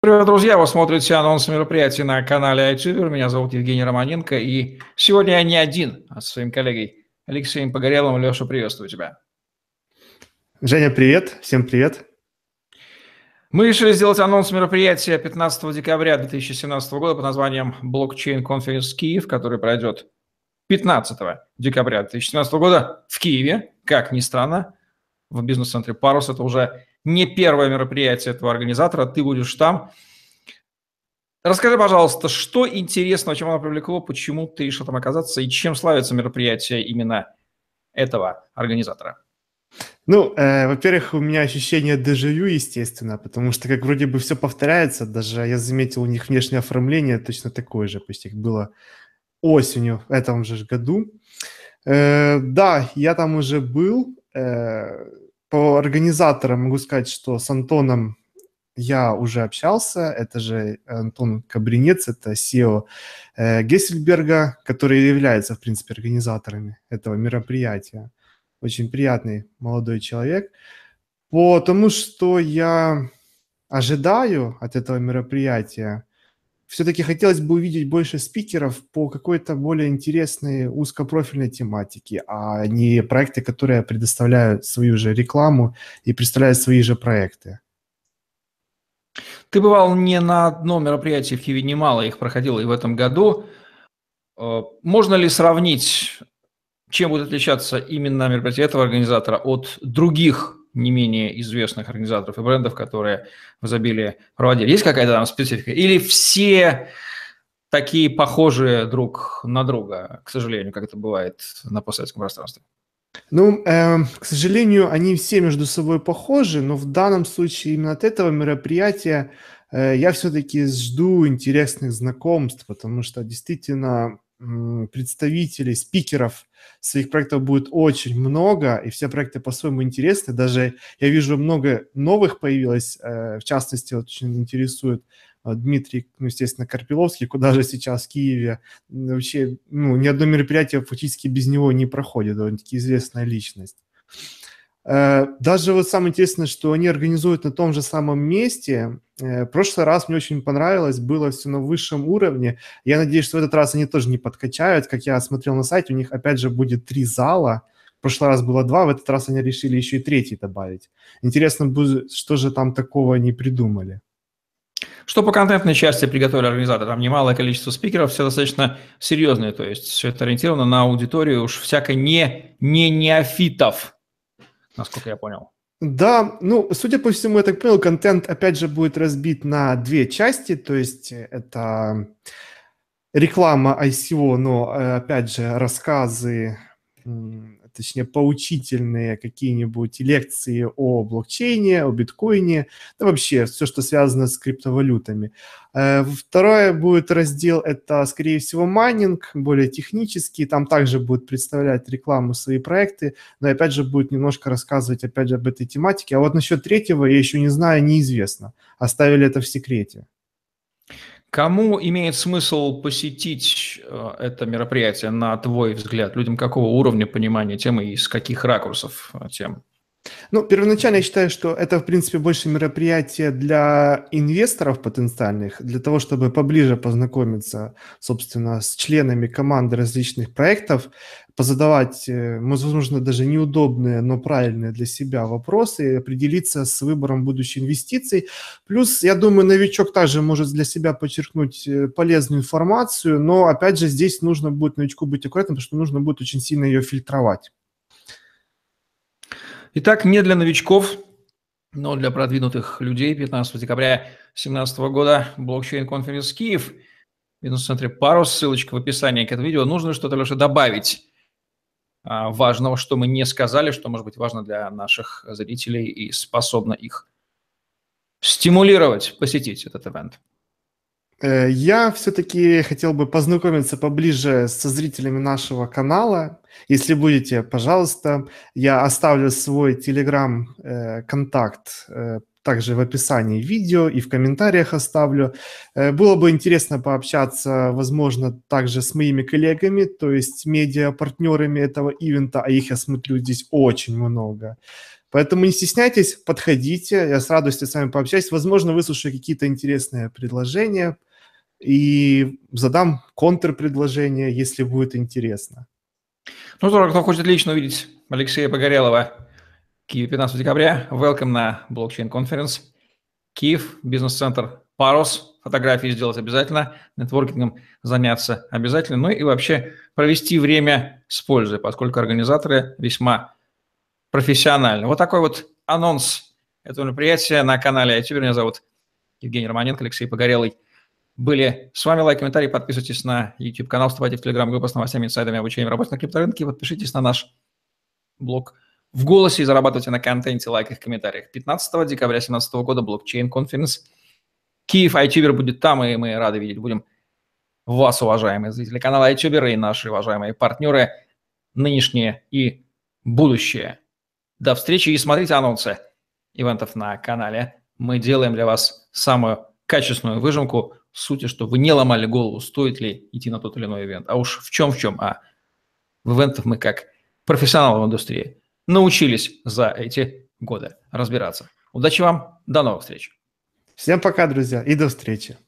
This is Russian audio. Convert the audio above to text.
Привет, друзья! Вы смотрите анонс мероприятий на канале iTuber. Меня зовут Евгений Романенко, и сегодня я не один, а со своим коллегой Алексеем Погореловым. Леша, приветствую тебя. Женя, привет! Всем привет! Мы решили сделать анонс мероприятия 15 декабря 2017 года под названием Blockchain Conference Киев, который пройдет 15 декабря 2017 года в Киеве. Как ни странно, в бизнес-центре «Парус». Это уже не первое мероприятие этого организатора. Ты будешь там. Расскажи, пожалуйста, что интересного, чем оно привлекло, почему ты решил там оказаться и чем славится мероприятие именно этого организатора? Во-первых, у меня ощущение дежавю, естественно, потому что как вроде бы все повторяется, даже я заметил у них внешнее оформление точно такое же, почти как было осенью в этом же году. Да, я там уже был. По организаторам могу сказать, что с Антоном я уже общался. Это же Антон Кабринец, это SEO Гессельберга, который является, в принципе, организаторами этого мероприятия. Очень приятный молодой человек. Потому что я ожидаю от этого мероприятия, все-таки хотелось бы увидеть больше спикеров по какой-то более интересной узкопрофильной тематике, а не проекты, которые предоставляют свою же рекламу и представляют свои же проекты. Ты бывал не на одном мероприятии в Киеве, немало их проходило и в этом году. Можно ли сравнить, чем будет отличаться именно мероприятие этого организатора от других не менее известных организаторов и брендов, которые в изобилии проводили? Есть какая-то там специфика? Или все такие похожие друг на друга, к сожалению, как это бывает на постсоветском пространстве? К сожалению, они все между собой похожи, но в данном случае именно от этого мероприятия я все-таки жду интересных знакомств, потому что действительно представителей, спикеров своих проектов будет очень много, и все проекты по-своему интересны. Даже я вижу много новых появилось, в частности, вот очень интересует Дмитрий, естественно, Карпиловский, куда же сейчас в Киеве. Вообще, ни одно мероприятие фактически без него не проходит, довольно-таки известная личность. Даже вот самое интересное, что они организуют на том же самом месте. В прошлый раз мне очень понравилось, было все на высшем уровне. Я надеюсь, что в этот раз они тоже не подкачают. Как я смотрел на сайте, у них опять же будет 3 зала. В прошлый раз было 2, в этот раз они решили еще и 3 добавить. Интересно будет, что же там такого они придумали. Что по контентной части приготовили организаторы? Там немалое количество спикеров, все достаточно серьезные, то есть все это ориентировано на аудиторию уж всяко не неофитов, насколько я понял. Да, судя по всему, я так понял, контент опять же будет разбит на 2 части, то есть это реклама ICO, но опять же рассказы, точнее поучительные какие-нибудь лекции о блокчейне, о биткоине, да вообще все, что связано с криптовалютами. Второй будет раздел, это, скорее всего, майнинг, более технический, там также будет представлять рекламу свои проекты, но опять же будет немножко рассказывать опять же об этой тематике. А вот насчет третьего я еще не знаю, неизвестно. Оставили это в секрете. Кому имеет смысл посетить это мероприятие, на твой взгляд? Людям какого уровня понимания темы и с каких ракурсов тем? Первоначально я считаю, что это, в принципе, больше мероприятие для инвесторов потенциальных, для того, чтобы поближе познакомиться, собственно, с членами команды различных проектов, позадавать, возможно, даже неудобные, но правильные для себя вопросы и определиться с выбором будущей инвестиций. Плюс, я думаю, новичок также может для себя подчеркнуть полезную информацию, но, опять же, здесь нужно будет новичку быть аккуратным, потому что нужно будет очень сильно ее фильтровать. Итак, не для новичков, но для продвинутых людей 15 декабря 2017 года блокчейн Conference Киев в бизнес-центре «Парус». Ссылочка в описании к этому видео. Нужно что-то, Леша, добавить важного, что мы не сказали, что может быть важно для наших зрителей и способно их стимулировать посетить этот ивент. Я все-таки хотел бы познакомиться поближе со зрителями нашего канала. Если будете, пожалуйста, я оставлю свой телеграм-контакт также в описании видео и в комментариях оставлю. Было бы интересно пообщаться, возможно, также с моими коллегами, то есть медиа-партнерами этого ивента, а их, я смотрю, здесь очень много. Поэтому не стесняйтесь, подходите, я с радостью с вами пообщаюсь. Возможно, выслушаю какие-то интересные предложения и задам контрпредложение, если будет интересно. Ну, здорово, кто хочет лично увидеть Алексея Погорелова в Киеве 15 декабря, welcome на блокчейн конференц. Киев, бизнес-центр Парус, фотографии сделать обязательно, нетворкингом заняться обязательно, ну и вообще провести время с пользой, поскольку организаторы весьма профессиональны. Вот такой вот анонс этого мероприятия на канале iTuber. Меня зовут Евгений Романенко, Алексей Погорелый. Были с вами. Лайк, комментарий, подписывайтесь на YouTube-канал, вступайте в Telegram-группу с новостями, инсайдами, обучением работы на крипторынке, подпишитесь на наш блог в голосе и зарабатывайте на контенте, лайках, комментариях. 15 декабря 2017 года блокчейн конференц. Киев, iTuber будет там, и мы рады видеть будем вас, уважаемые зрители канала iTuber и наши уважаемые партнеры, нынешние и будущие. До встречи и смотрите анонсы ивентов на канале. Мы делаем для вас самую качественную выжимку в сути, что вы не ломали голову, стоит ли идти на тот или иной ивент. А уж в чем, а в ивентах мы как профессионалы в индустрии научились за эти годы разбираться. Удачи вам, до новых встреч. Всем пока, друзья, и до встречи.